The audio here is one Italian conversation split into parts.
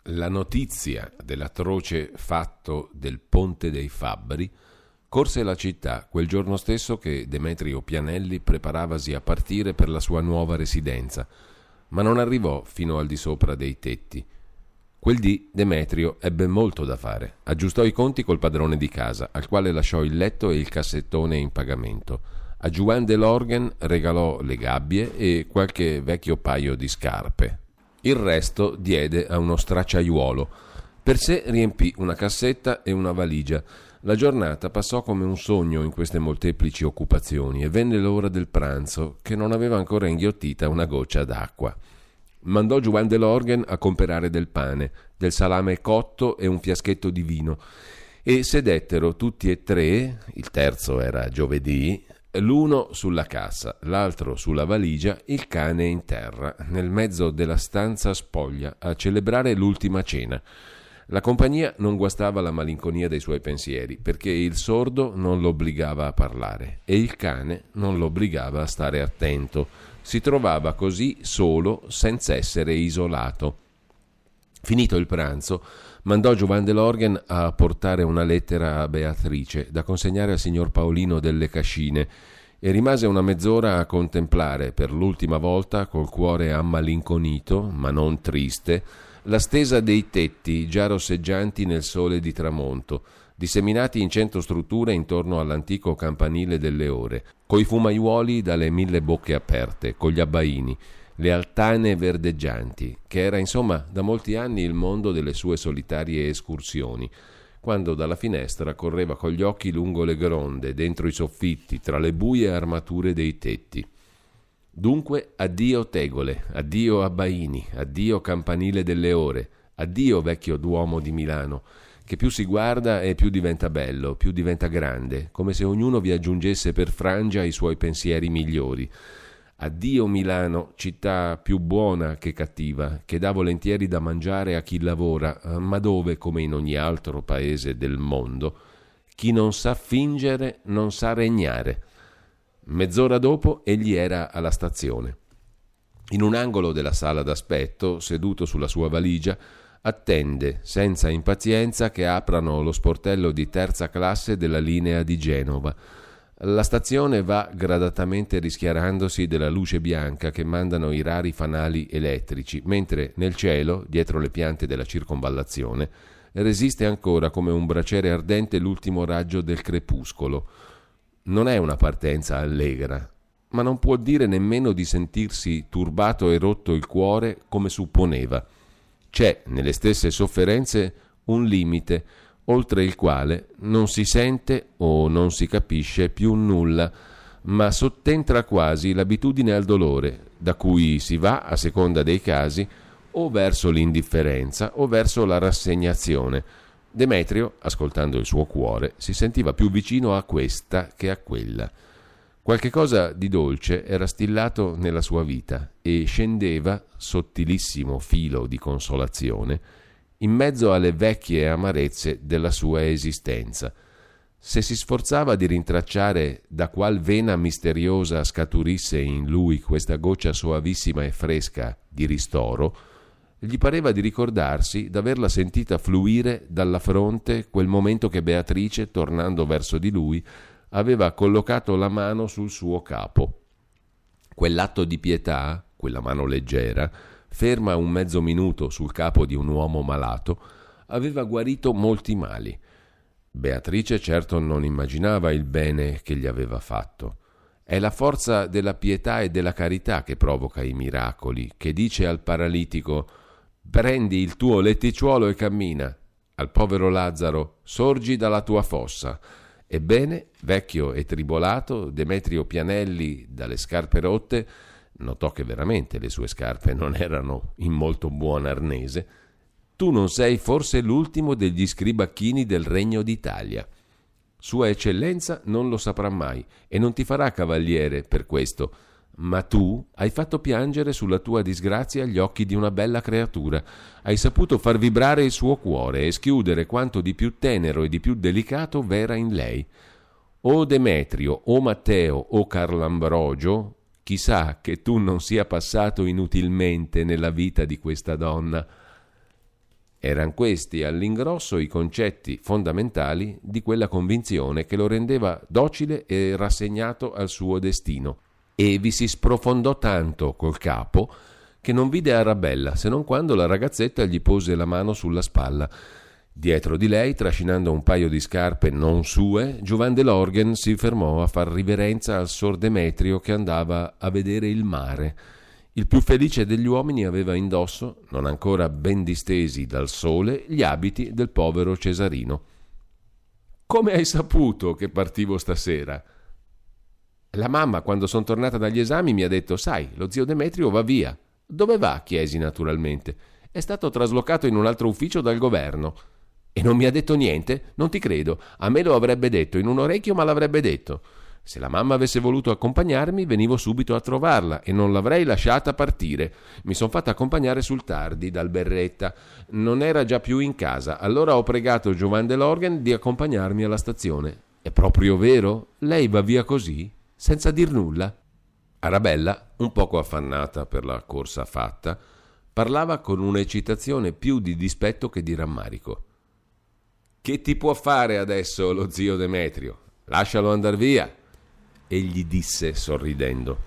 La notizia dell'atroce fatto del Ponte dei Fabbri corse la città quel giorno stesso che Demetrio Pianelli preparavasi a partire per la sua nuova residenza, ma non arrivò fino al di sopra dei tetti. Quel dì Demetrio ebbe molto da fare. Aggiustò i conti col padrone di casa, al quale lasciò il letto e il cassettone in pagamento. A Juan de Lorgen regalò le gabbie e qualche vecchio paio di scarpe. Il resto diede a uno stracciaiuolo. Per sé riempì una cassetta e una valigia. La giornata passò come un sogno in queste molteplici occupazioni e venne l'ora del pranzo, che non aveva ancora inghiottita una goccia d'acqua. Mandò Juan de Lorgen a comperare del pane, del salame cotto e un fiaschetto di vino, e sedettero tutti e tre, il terzo era giovedì, l'uno sulla cassa, l'altro sulla valigia, il cane in terra, nel mezzo della stanza spoglia, a celebrare l'ultima cena. La compagnia non guastava la malinconia dei suoi pensieri, perché il sordo non lo obbligava a parlare e il cane non lo obbligava a stare attento. Si trovava così solo, senza essere isolato. Finito il pranzo, mandò Juan de Lorgen a portare una lettera a Beatrice da consegnare al signor Paolino delle Cascine e rimase una mezz'ora a contemplare per l'ultima volta, col cuore ammalinconito, ma non triste, la stesa dei tetti già rosseggianti nel sole di tramonto, disseminati in 100 strutture intorno all'antico campanile delle Ore, coi fumaiuoli dalle 1000 bocche aperte, con gli abbaini, le altane verdeggianti, che era insomma da molti anni il mondo delle sue solitarie escursioni, quando dalla finestra correva con gli occhi lungo le gronde, dentro i soffitti, tra le buie armature dei tetti. Dunque addio tegole, addio abbaini, addio campanile delle Ore, addio vecchio Duomo di Milano, che più si guarda e più diventa bello, più diventa grande, come se ognuno vi aggiungesse per frangia i suoi pensieri migliori. Addio Milano, città più buona che cattiva, che dà volentieri da mangiare a chi lavora, ma dove, come in ogni altro paese del mondo, chi non sa fingere non sa regnare. Mezz'ora dopo egli era alla stazione. In un angolo della sala d'aspetto, seduto sulla sua valigia, attende senza impazienza che aprano lo sportello di terza classe della linea di Genova. La stazione va gradatamente rischiarandosi della luce bianca che mandano i rari fanali elettrici, mentre nel cielo, dietro le piante della circonvallazione, resiste ancora come un braciere ardente l'ultimo raggio del crepuscolo. Non è una partenza allegra, ma non può dire nemmeno di sentirsi turbato e rotto il cuore come supponeva. C'è nelle stesse sofferenze un limite, oltre il quale non si sente o non si capisce più nulla, ma sottentra quasi l'abitudine al dolore, da cui si va, a seconda dei casi, o verso l'indifferenza o verso la rassegnazione. Demetrio, ascoltando il suo cuore, si sentiva più vicino a questa che a quella. Qualche cosa di dolce era stillato nella sua vita e scendeva, sottilissimo filo di consolazione, in mezzo alle vecchie amarezze della sua esistenza. Se si sforzava di rintracciare da qual vena misteriosa scaturisse in lui questa goccia soavissima e fresca di ristoro, gli pareva di ricordarsi d'averla sentita fluire dalla fronte quel momento che Beatrice, tornando verso di lui, aveva collocato la mano sul suo capo. Quell'atto di pietà, quella mano leggera, ferma un mezzo minuto sul capo di un uomo malato, aveva guarito molti mali. Beatrice certo non immaginava il bene che gli aveva fatto. È la forza della pietà e della carità che provoca i miracoli, che dice al paralitico: prendi il tuo letticciuolo e cammina, al povero Lazzaro: sorgi dalla tua fossa. Ebbene, vecchio e tribolato, Demetrio Pianelli, dalle scarpe rotte, notò che veramente le sue scarpe non erano in molto buon arnese. Tu non sei forse l'ultimo degli scribacchini del Regno d'Italia. Sua Eccellenza non lo saprà mai e non ti farà cavaliere per questo, ma tu hai fatto piangere sulla tua disgrazia gli occhi di una bella creatura, hai saputo far vibrare il suo cuore e schiudere quanto di più tenero e di più delicato v'era in lei. O Demetrio, o Matteo, o Carlambrogio, chissà che tu non sia passato inutilmente nella vita di questa donna. Eran questi all'ingrosso i concetti fondamentali di quella convinzione che lo rendeva docile e rassegnato al suo destino, e vi si sprofondò tanto col capo che non vide Arabella se non quando la ragazzetta gli pose la mano sulla spalla. Dietro di lei, trascinando un paio di scarpe non sue, Giovan de Lorgen si fermò a far riverenza al sor Demetrio che andava a vedere il mare. Il più felice degli uomini aveva indosso, non ancora ben distesi dal sole, gli abiti del povero Cesarino. «Come hai saputo che partivo stasera?» «La mamma, quando son tornata dagli esami, mi ha detto: sai, lo zio Demetrio va via». «Dove va?» chiesi naturalmente. «È stato traslocato in un altro ufficio dal governo». «E non mi ha detto niente?» «Non ti credo. A me lo avrebbe detto in un orecchio, ma l'avrebbe detto. Se la mamma avesse voluto accompagnarmi, venivo subito a trovarla e non l'avrei lasciata partire. Mi son fatta accompagnare sul tardi dal berretta. Non era già più in casa. Allora ho pregato Giovan de Lorgen di accompagnarmi alla stazione». «È proprio vero? Lei va via così? Senza dir nulla?» Arabella, un poco affannata per la corsa fatta, parlava con un'eccitazione più di dispetto che di rammarico. «Che ti può fare adesso lo zio Demetrio? Lascialo andar via!» Egli disse sorridendo.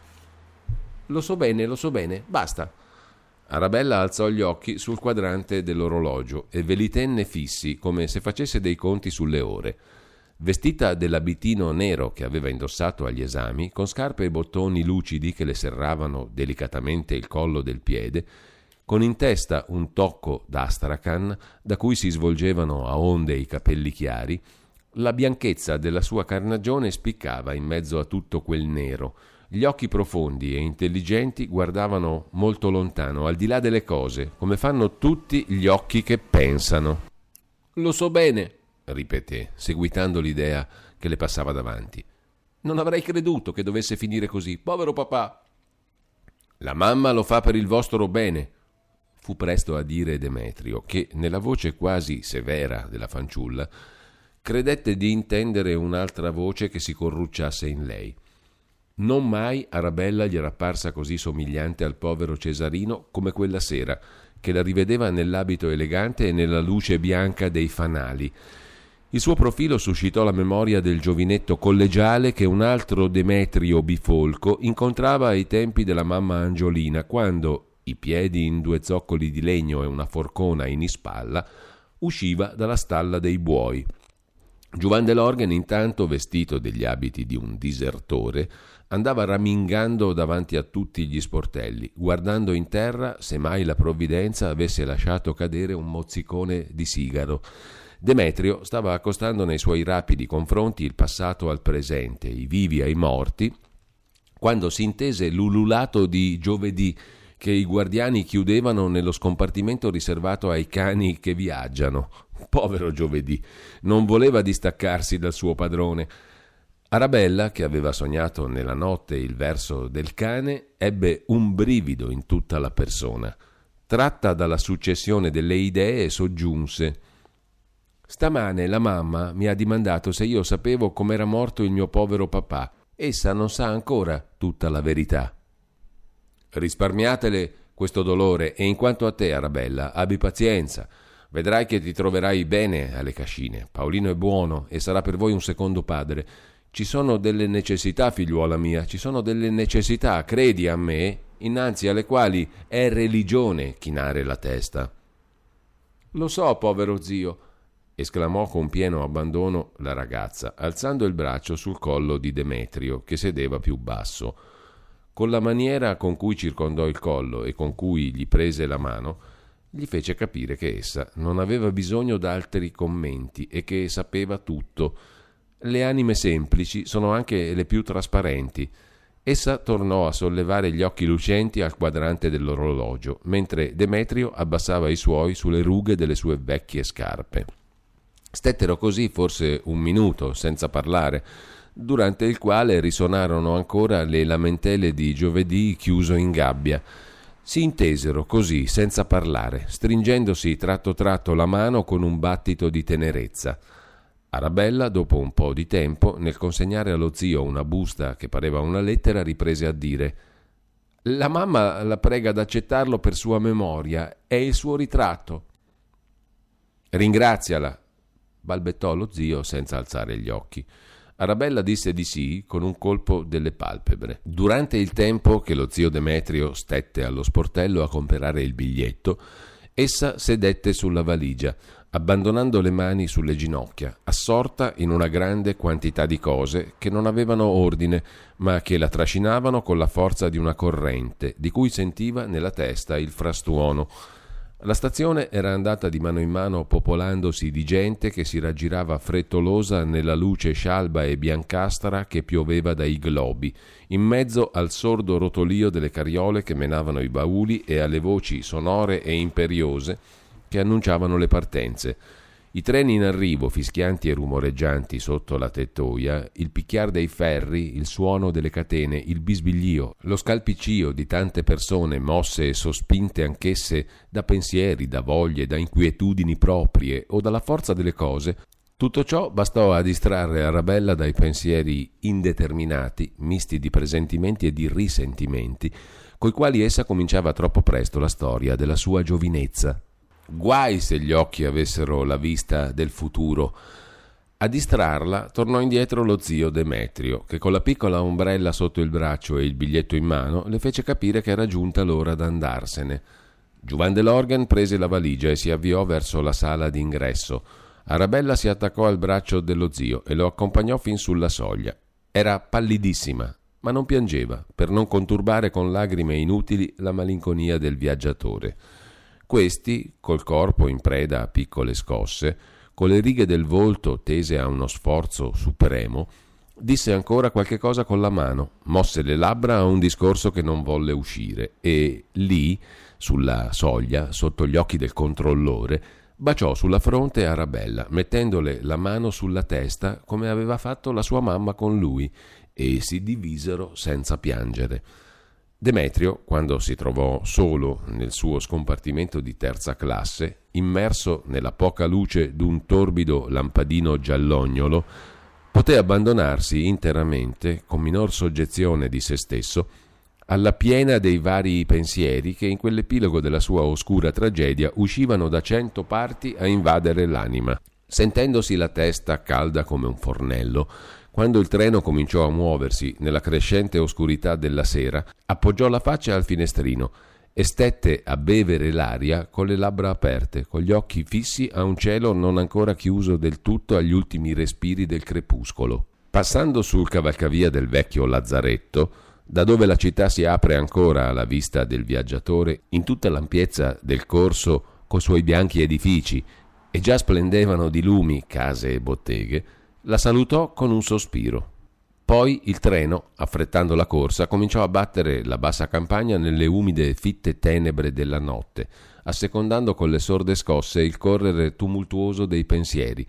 Lo so bene, basta». Arabella alzò gli occhi sul quadrante dell'orologio e ve li tenne fissi come se facesse dei conti sulle ore. Vestita dell'abitino nero che aveva indossato agli esami, con scarpe e bottoni lucidi che le serravano delicatamente il collo del piede, con in testa un tocco d'astracan da cui si svolgevano a onde i capelli chiari, la bianchezza della sua carnagione spiccava in mezzo a tutto quel nero. Gli occhi profondi e intelligenti guardavano molto lontano, al di là delle cose, come fanno tutti gli occhi che pensano. «Lo so bene», ripeté, seguitando l'idea che le passava davanti. «Non avrei creduto che dovesse finire così. Povero papà!» «La mamma lo fa per il vostro bene», fu presto a dire Demetrio, che nella voce quasi severa della fanciulla credette di intendere un'altra voce che si corrucciasse in lei. Non mai Arabella gli era apparsa così somigliante al povero Cesarino come quella sera, che la rivedeva nell'abito elegante e nella luce bianca dei fanali. Il suo profilo suscitò la memoria del giovinetto collegiale che un altro Demetrio bifolco incontrava ai tempi della mamma Angiolina, quando, i piedi in 2 zoccoli di legno e una forcona in ispalla, usciva dalla stalla dei buoi. Giovan de Lorgen, intanto, vestito degli abiti di un disertore, andava ramingando davanti a tutti gli sportelli, guardando in terra se mai la provvidenza avesse lasciato cadere un mozzicone di sigaro. Demetrio stava accostando nei suoi rapidi confronti il passato al presente, i vivi ai morti, quando si intese l'ululato di giovedì che i guardiani chiudevano nello scompartimento riservato ai cani che viaggiano. Povero giovedì, non voleva distaccarsi dal suo padrone. Arabella, che aveva sognato nella notte il verso del cane, ebbe un brivido in tutta la persona. Tratta dalla successione delle idee, soggiunse: «Stamane la mamma mi ha dimandato se io sapevo com'era morto il mio povero papà. Essa non sa ancora tutta la verità». «Risparmiatele questo dolore e in quanto a te, Arabella, abbi pazienza. Vedrai che ti troverai bene alle Cascine. Paolino è buono e sarà per voi un secondo padre. Ci sono delle necessità, figliuola mia, ci sono delle necessità, credi a me, innanzi alle quali è religione chinare la testa». «Lo so, povero zio», esclamò con pieno abbandono la ragazza, alzando il braccio sul collo di Demetrio, che sedeva più basso. Con la maniera con cui circondò il collo e con cui gli prese la mano, gli fece capire che essa non aveva bisogno d'altri commenti e che sapeva tutto. Le anime semplici sono anche le più trasparenti. Essa tornò a sollevare gli occhi lucenti al quadrante dell'orologio, mentre Demetrio abbassava i suoi sulle rughe delle sue vecchie scarpe. Stettero così forse un minuto senza parlare, durante il quale risonarono ancora le lamentele di giovedì chiuso in gabbia. Si intesero così senza parlare, stringendosi tratto tratto la mano con un battito di tenerezza. Arabella, dopo un po' di tempo, nel consegnare allo zio una busta che pareva una lettera, riprese a dire: «La mamma la prega d'accettarlo per sua memoria, è il suo ritratto». Ringraziala, balbettò lo zio senza alzare gli occhi. Arabella disse di sì con un colpo delle palpebre. Durante il tempo che lo zio Demetrio stette allo sportello a comprare il biglietto, essa sedette sulla valigia, abbandonando le mani sulle ginocchia, assorta in una grande quantità di cose che non avevano ordine, ma che la trascinavano con la forza di una corrente, di cui sentiva nella testa il frastuono. La stazione era andata di mano in mano popolandosi di gente che si raggirava frettolosa nella luce scialba e biancastra che pioveva dai globi, in mezzo al sordo rotolio delle carriole che menavano i bauli e alle voci sonore e imperiose che annunciavano le partenze. I treni in arrivo, fischianti e rumoreggianti sotto la tettoia, il picchiar dei ferri, il suono delle catene, il bisbiglio, lo scalpiccio di tante persone mosse e sospinte anch'esse da pensieri, da voglie, da inquietudini proprie o dalla forza delle cose, tutto ciò bastò a distrarre Arabella dai pensieri indeterminati, misti di presentimenti e di risentimenti, coi quali essa cominciava troppo presto la storia della sua giovinezza. Guai se gli occhi avessero la vista del futuro. A distrarla tornò indietro lo zio Demetrio, che con la piccola ombrella sotto il braccio e il biglietto in mano le fece capire che era giunta l'ora d'andarsene. Juvan de Lorgan prese la valigia e si avviò verso la sala d'ingresso. Arabella si attaccò al braccio dello zio e lo accompagnò fin sulla soglia. Era pallidissima, ma non piangeva, per non conturbare con lagrime inutili la malinconia del viaggiatore. Questi, col corpo in preda a piccole scosse, con le righe del volto tese a uno sforzo supremo, disse ancora qualche cosa con la mano, mosse le labbra a un discorso che non volle uscire e lì, sulla soglia, sotto gli occhi del controllore, baciò sulla fronte Arabella, mettendole la mano sulla testa come aveva fatto la sua mamma con lui, e si divisero senza piangere. Demetrio, quando si trovò solo nel suo scompartimento di terza classe, immerso nella poca luce d'un torbido lampadino giallognolo, poté abbandonarsi interamente, con minor soggezione di se stesso, alla piena dei vari pensieri che in quell'epilogo della sua oscura tragedia uscivano da 100 parti a invadere l'anima. Sentendosi la testa calda come un fornello, quando il treno cominciò a muoversi nella crescente oscurità della sera, appoggiò la faccia al finestrino e stette a bevere l'aria con le labbra aperte, con gli occhi fissi a un cielo non ancora chiuso del tutto agli ultimi respiri del crepuscolo. Passando sul cavalcavia del vecchio lazzaretto, da dove la città si apre ancora alla vista del viaggiatore, in tutta l'ampiezza del corso coi suoi bianchi edifici, e già splendevano di lumi case e botteghe, la salutò con un sospiro. Poi il treno, affrettando la corsa, cominciò a battere la bassa campagna nelle umide fitte tenebre della notte, assecondando con le sorde scosse il correre tumultuoso dei pensieri.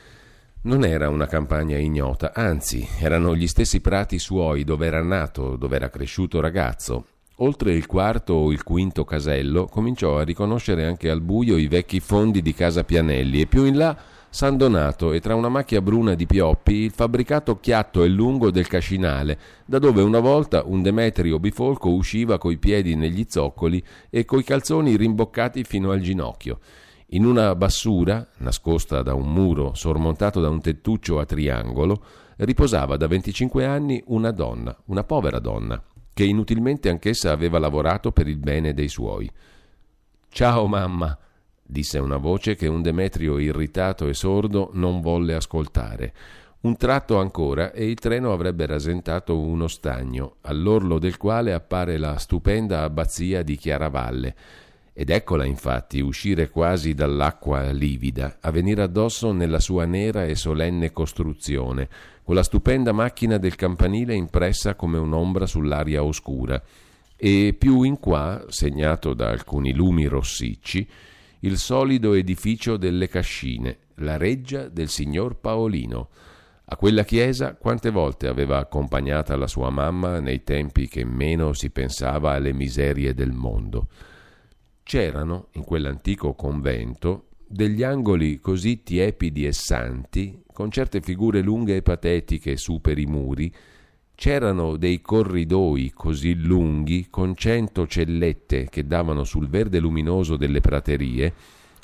Non era una campagna ignota, anzi, erano gli stessi prati suoi dove era nato, dove era cresciuto ragazzo. Oltre il quarto o il quinto casello, cominciò a riconoscere anche al buio i vecchi fondi di casa Pianelli e più in là San Donato e tra una macchia bruna di pioppi il fabbricato chiatto e lungo del Cascinale, da dove una volta un Demetrio bifolco usciva coi piedi negli zoccoli e coi calzoni rimboccati fino al ginocchio. In una bassura, nascosta da un muro sormontato da un tettuccio a triangolo, riposava da 25 anni una donna, una povera donna, che inutilmente anch'essa aveva lavorato per il bene dei suoi. «Ciao mamma», disse una voce che un Demetrio irritato e sordo non volle ascoltare. Un tratto ancora e il treno avrebbe rasentato uno stagno, all'orlo del quale appare la stupenda abbazia di Chiaravalle, ed eccola infatti uscire quasi dall'acqua livida, a venire addosso nella sua nera e solenne costruzione, con la stupenda macchina del campanile impressa come un'ombra sull'aria oscura, e più in qua, segnato da alcuni lumi rossicci, il solido edificio delle Cascine, la reggia del signor Paolino. A quella chiesa quante volte aveva accompagnata la sua mamma nei tempi che meno si pensava alle miserie del mondo. C'erano, in quell'antico convento, degli angoli così tiepidi e santi, con certe figure lunghe e patetiche su per i muri. C'erano dei corridoi così lunghi, con 100 cellette che davano sul verde luminoso delle praterie,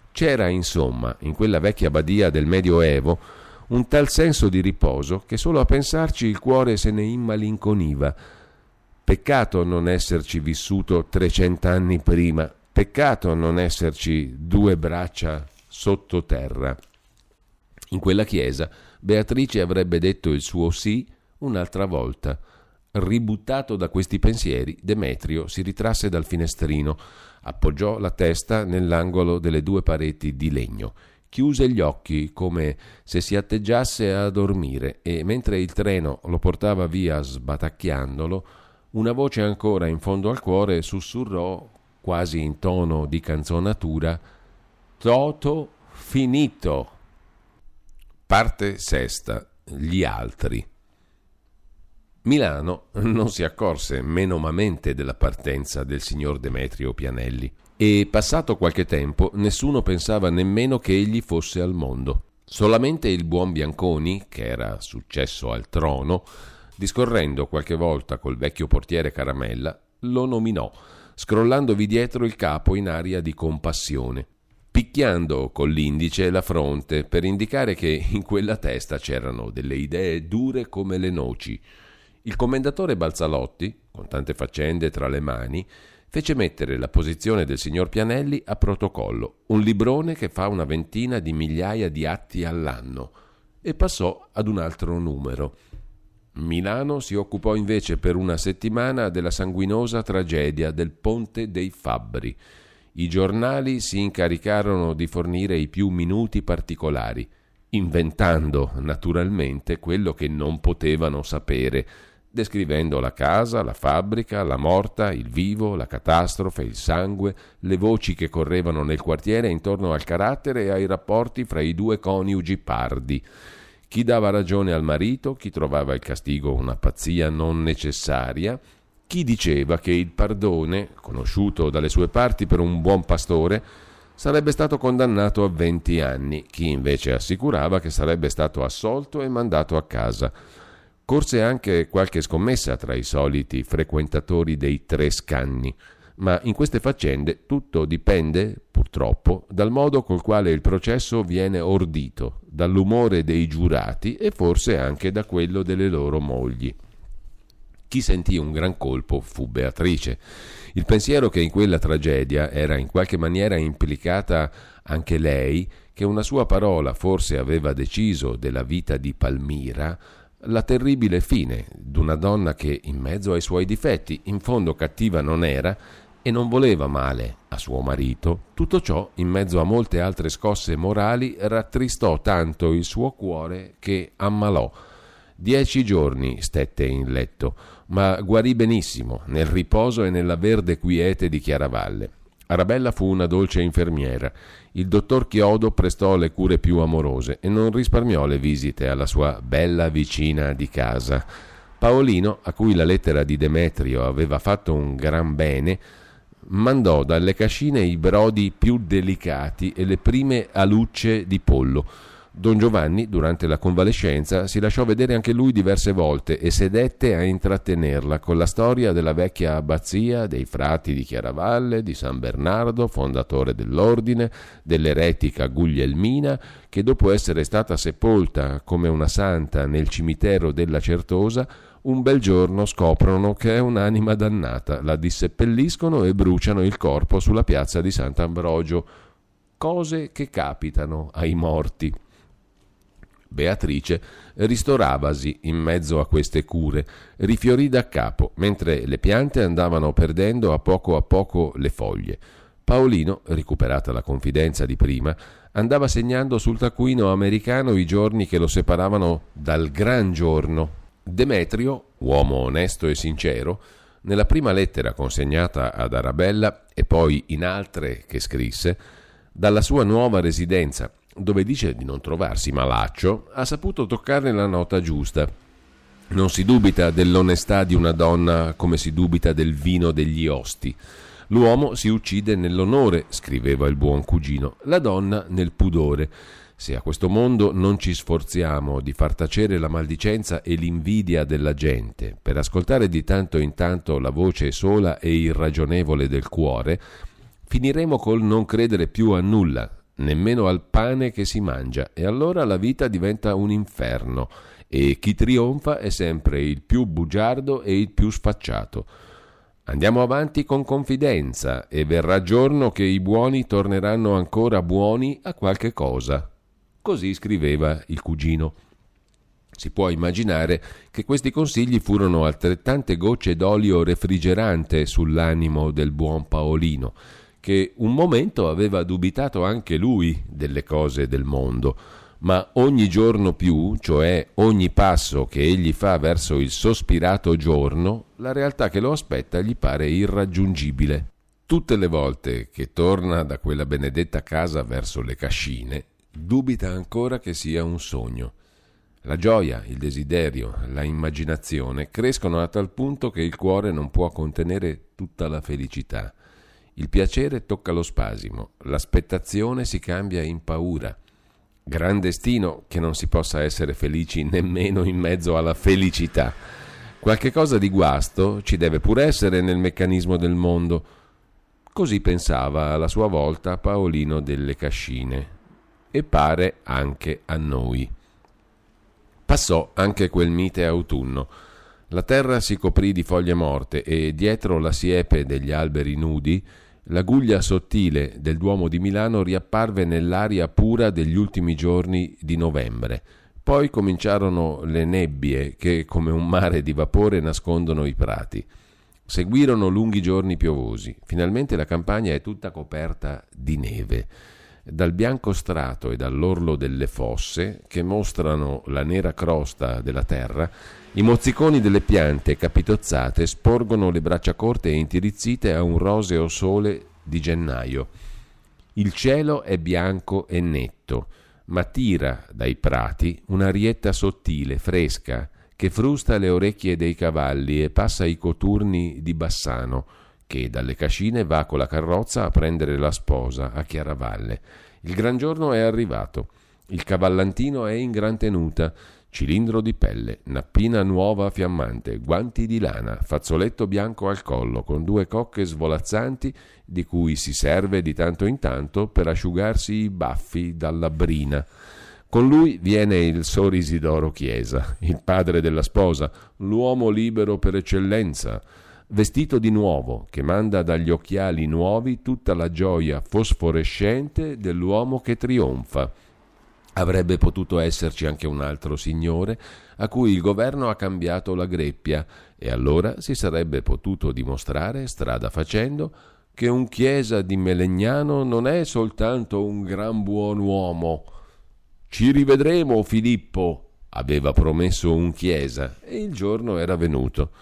C'era, insomma, in quella vecchia badia del Medioevo un tal senso di riposo che solo a pensarci il cuore se ne immalinconiva. Peccato non esserci vissuto 300 anni prima, peccato non esserci 2 braccia sottoterra. In quella chiesa Beatrice avrebbe detto il suo sì un'altra volta. Ributtato da questi pensieri, Demetrio si ritrasse dal finestrino, appoggiò la testa nell'angolo delle 2 pareti di legno, chiuse gli occhi come se si atteggiasse a dormire e, mentre il treno lo portava via sbatacchiandolo, una voce ancora in fondo al cuore sussurrò, quasi in tono di canzonatura: «Toto finito». Parte sesta. Gli altri. Milano non si accorse menomamente della partenza del signor Demetrio Pianelli e, passato qualche tempo, nessuno pensava nemmeno che egli fosse al mondo. Solamente il buon Bianconi, che era successo al trono, discorrendo qualche volta col vecchio portiere Caramella, lo nominò, scrollandovi dietro il capo in aria di compassione, picchiando con l'indice la fronte per indicare che in quella testa c'erano delle idee dure come le noci. Il commendatore Balzalotti, con tante faccende tra le mani, fece mettere la posizione del signor Pianelli a protocollo, un librone che fa una ventina di migliaia di atti all'anno, e passò ad un altro numero. Milano si occupò invece per una settimana della sanguinosa tragedia del Ponte dei Fabbri. I giornali si incaricarono di fornire i più minuti particolari, inventando naturalmente quello che non potevano sapere, descrivendo la casa, la fabbrica, la morta, il vivo, la catastrofe, il sangue, le voci che correvano nel quartiere intorno al carattere e ai rapporti fra i 2 coniugi pardi. Chi dava ragione al marito, chi trovava il castigo una pazzia non necessaria, chi diceva che il Pardone, conosciuto dalle sue parti per un buon pastore, sarebbe stato condannato a 20 anni, chi invece assicurava che sarebbe stato assolto e mandato a casa. Corse anche qualche scommessa tra i soliti frequentatori dei 3 scanni, ma in queste faccende tutto dipende, purtroppo, dal modo col quale il processo viene ordito, dall'umore dei giurati e forse anche da quello delle loro mogli. Chi sentì un gran colpo fu Beatrice. Il pensiero che in quella tragedia era in qualche maniera implicata anche lei, che una sua parola forse aveva deciso della vita di Palmira, la terribile fine d'una donna che, in mezzo ai suoi difetti, in fondo cattiva non era e non voleva male a suo marito, tutto ciò, in mezzo a molte altre scosse morali, rattristò tanto il suo cuore che ammalò. 10 giorni stette in letto, ma guarì benissimo, nel riposo e nella verde quiete di Chiaravalle. Arabella fu una dolce infermiera. Il dottor Chiodo prestò le cure più amorose e non risparmiò le visite alla sua bella vicina di casa. Paolino, a cui la lettera di Demetrio aveva fatto un gran bene, mandò dalle cascine i brodi più delicati e le prime alucce di pollo. Don Giovanni, durante la convalescenza, si lasciò vedere anche lui diverse volte e sedette a intrattenerla con la storia della vecchia abbazia, dei frati di Chiaravalle, di San Bernardo, fondatore dell'ordine, dell'eretica Guglielmina, che dopo essere stata sepolta come una santa nel cimitero della Certosa, un bel giorno scoprono che è un'anima dannata, la disseppelliscono e bruciano il corpo sulla piazza di Sant'Ambrogio. Cose che capitano ai morti. Beatrice ristoravasi in mezzo a queste cure, rifiorì da capo, mentre le piante andavano perdendo a poco le foglie. Paolino, recuperata la confidenza di prima, andava segnando sul taccuino americano i giorni che lo separavano dal gran giorno. Demetrio, uomo onesto e sincero, nella prima lettera consegnata ad Arabella e poi in altre che scrisse, dalla sua nuova residenza, dove dice di non trovarsi malaccio, ha saputo toccare la nota giusta. Non si dubita dell'onestà di una donna come si dubita del vino degli osti. L'uomo si uccide nell'onore, scriveva il buon cugino, la donna nel pudore. Se a questo mondo non ci sforziamo di far tacere la maldicenza e l'invidia della gente, per ascoltare di tanto in tanto la voce sola e irragionevole del cuore, finiremo col non credere più a nulla, nemmeno al pane che si mangia, e allora la vita diventa un inferno e chi trionfa è sempre il più bugiardo e il più sfacciato. Andiamo avanti con confidenza e verrà giorno che i buoni torneranno ancora buoni a qualche cosa. Così scriveva il cugino. Si può immaginare che questi consigli furono altrettante gocce d'olio refrigerante sull'animo del buon Paolino, che un momento aveva dubitato anche lui delle cose del mondo, ma ogni giorno più, cioè ogni passo che egli fa verso il sospirato giorno, la realtà che lo aspetta gli pare irraggiungibile. Tutte le volte che torna da quella benedetta casa verso le Cascine, dubita ancora che sia un sogno. La gioia, il desiderio, la immaginazione crescono a tal punto che il cuore non può contenere tutta la felicità. Il piacere tocca lo spasimo, l'aspettazione si cambia in paura. Gran destino che non si possa essere felici nemmeno in mezzo alla felicità. Qualche cosa di guasto ci deve pure essere nel meccanismo del mondo. Così pensava alla sua volta Paolino delle Cascine, e pare anche a noi. Passò anche quel mite autunno. La terra si coprì di foglie morte e dietro la siepe degli alberi nudi la guglia sottile del Duomo di Milano riapparve nell'aria pura degli ultimi giorni di novembre. Poi cominciarono le nebbie che, come un mare di vapore, nascondono i prati. Seguirono lunghi giorni piovosi. Finalmente la campagna è tutta coperta di neve. Dal bianco strato e dall'orlo delle fosse, che mostrano la nera crosta della terra, i mozziconi delle piante capitozzate sporgono le braccia corte e intirizzite a un roseo sole di gennaio. Il cielo è bianco e netto, ma tira dai prati un'arietta sottile, fresca, che frusta le orecchie dei cavalli e passa i coturni di Bassano, che dalle Cascine va con la carrozza a prendere la sposa a Chiaravalle. Il gran giorno è arrivato. Il cavallantino è in gran tenuta, cilindro di pelle, nappina nuova fiammante, guanti di lana, fazzoletto bianco al collo, con 2 cocche svolazzanti di cui si serve di tanto in tanto per asciugarsi i baffi dalla brina. Con lui viene il Sor Isidoro Chiesa, il padre della sposa, l'uomo libero per eccellenza, vestito di nuovo, che manda dagli occhiali nuovi tutta la gioia fosforescente dell'uomo che trionfa. Avrebbe potuto esserci anche un altro signore a cui il governo ha cambiato la greppia, e allora si sarebbe potuto dimostrare, strada facendo, che un Chiesa di Melegnano non è soltanto un gran buon uomo. «Ci rivedremo, Filippo», aveva promesso un Chiesa, e il giorno era venuto.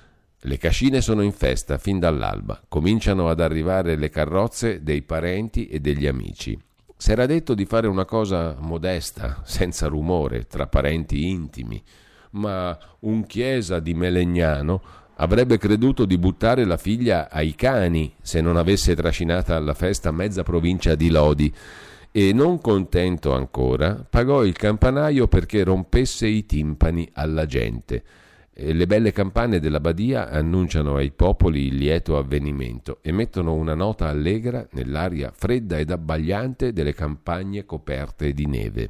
Le Cascine sono in festa fin dall'alba, cominciano ad arrivare le carrozze dei parenti e degli amici. S'era detto di fare una cosa modesta, senza rumore, tra parenti intimi, ma un Chiesa di Melegnano avrebbe creduto di buttare la figlia ai cani se non avesse trascinata alla festa mezza provincia di Lodi, e non contento ancora pagò il campanaio perché rompesse i timpani alla gente. Le belle campane della badia annunciano ai popoli il lieto avvenimento e mettono una nota allegra nell'aria fredda ed abbagliante delle campagne coperte di neve.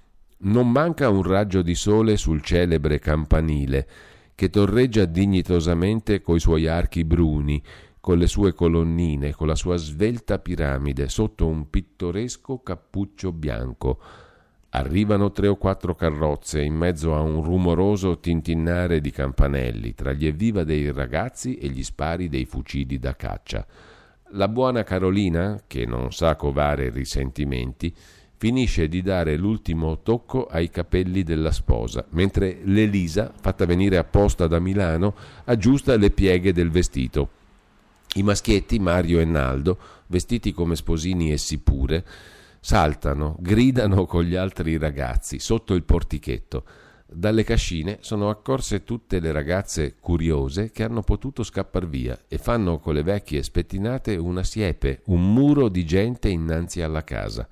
Non manca un raggio di sole sul celebre campanile, che torreggia dignitosamente coi suoi archi bruni, con le sue colonnine, con la sua svelta piramide, sotto un pittoresco cappuccio bianco. Arrivano 3 o 4 carrozze in mezzo a un rumoroso tintinnare di campanelli, tra gli evviva dei ragazzi e gli spari dei fucili da caccia. La buona Carolina, che non sa covare risentimenti, finisce di dare l'ultimo tocco ai capelli della sposa, mentre l'Elisa, fatta venire apposta da Milano, aggiusta le pieghe del vestito. I maschietti, Mario e Naldo, vestiti come sposini essi pure, saltano, gridano con gli altri ragazzi sotto il portichetto. Dalle Cascine sono accorse tutte le ragazze curiose che hanno potuto scappar via e fanno con le vecchie spettinate una siepe, un muro di gente innanzi alla casa.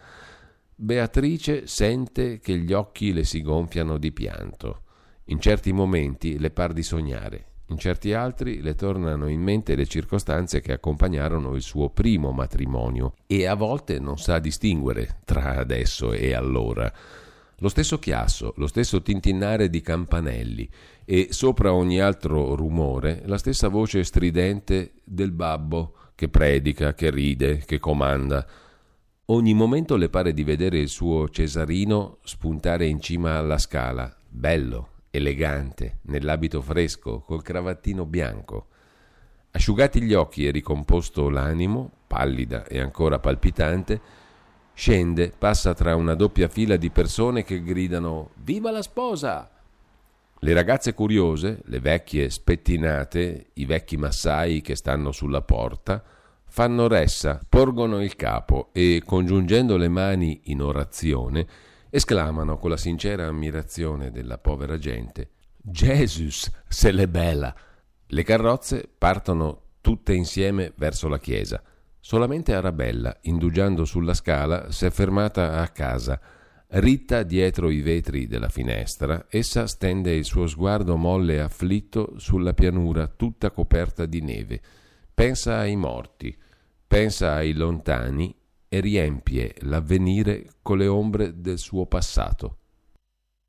Beatrice sente che gli occhi le si gonfiano di pianto. In certi momenti le par di sognare. In certi altri le tornano in mente le circostanze che accompagnarono il suo primo matrimonio e a volte non sa distinguere tra adesso e allora. Lo stesso chiasso, lo stesso tintinnare di campanelli e sopra ogni altro rumore la stessa voce stridente del babbo che predica, che ride, che comanda. Ogni momento le pare di vedere il suo Cesarino spuntare in cima alla scala, bello, elegante, nell'abito fresco, col cravattino bianco. Asciugati gli occhi e ricomposto l'animo, pallida e ancora palpitante, scende, passa tra una doppia fila di persone che gridano «Viva la sposa!». Le ragazze curiose, le vecchie spettinate, i vecchi massai che stanno sulla porta, fanno ressa, porgono il capo e, congiungendo le mani in orazione, esclamano con la sincera ammirazione della povera gente «Jesus, se l'è bella!». Le carrozze partono tutte insieme verso la chiesa. Solamente Arabella, indugiando sulla scala, s'è fermata a casa. Ritta dietro i vetri della finestra, essa stende il suo sguardo molle e afflitto sulla pianura tutta coperta di neve. Pensa ai morti, pensa ai lontani e riempie l'avvenire con le ombre del suo passato.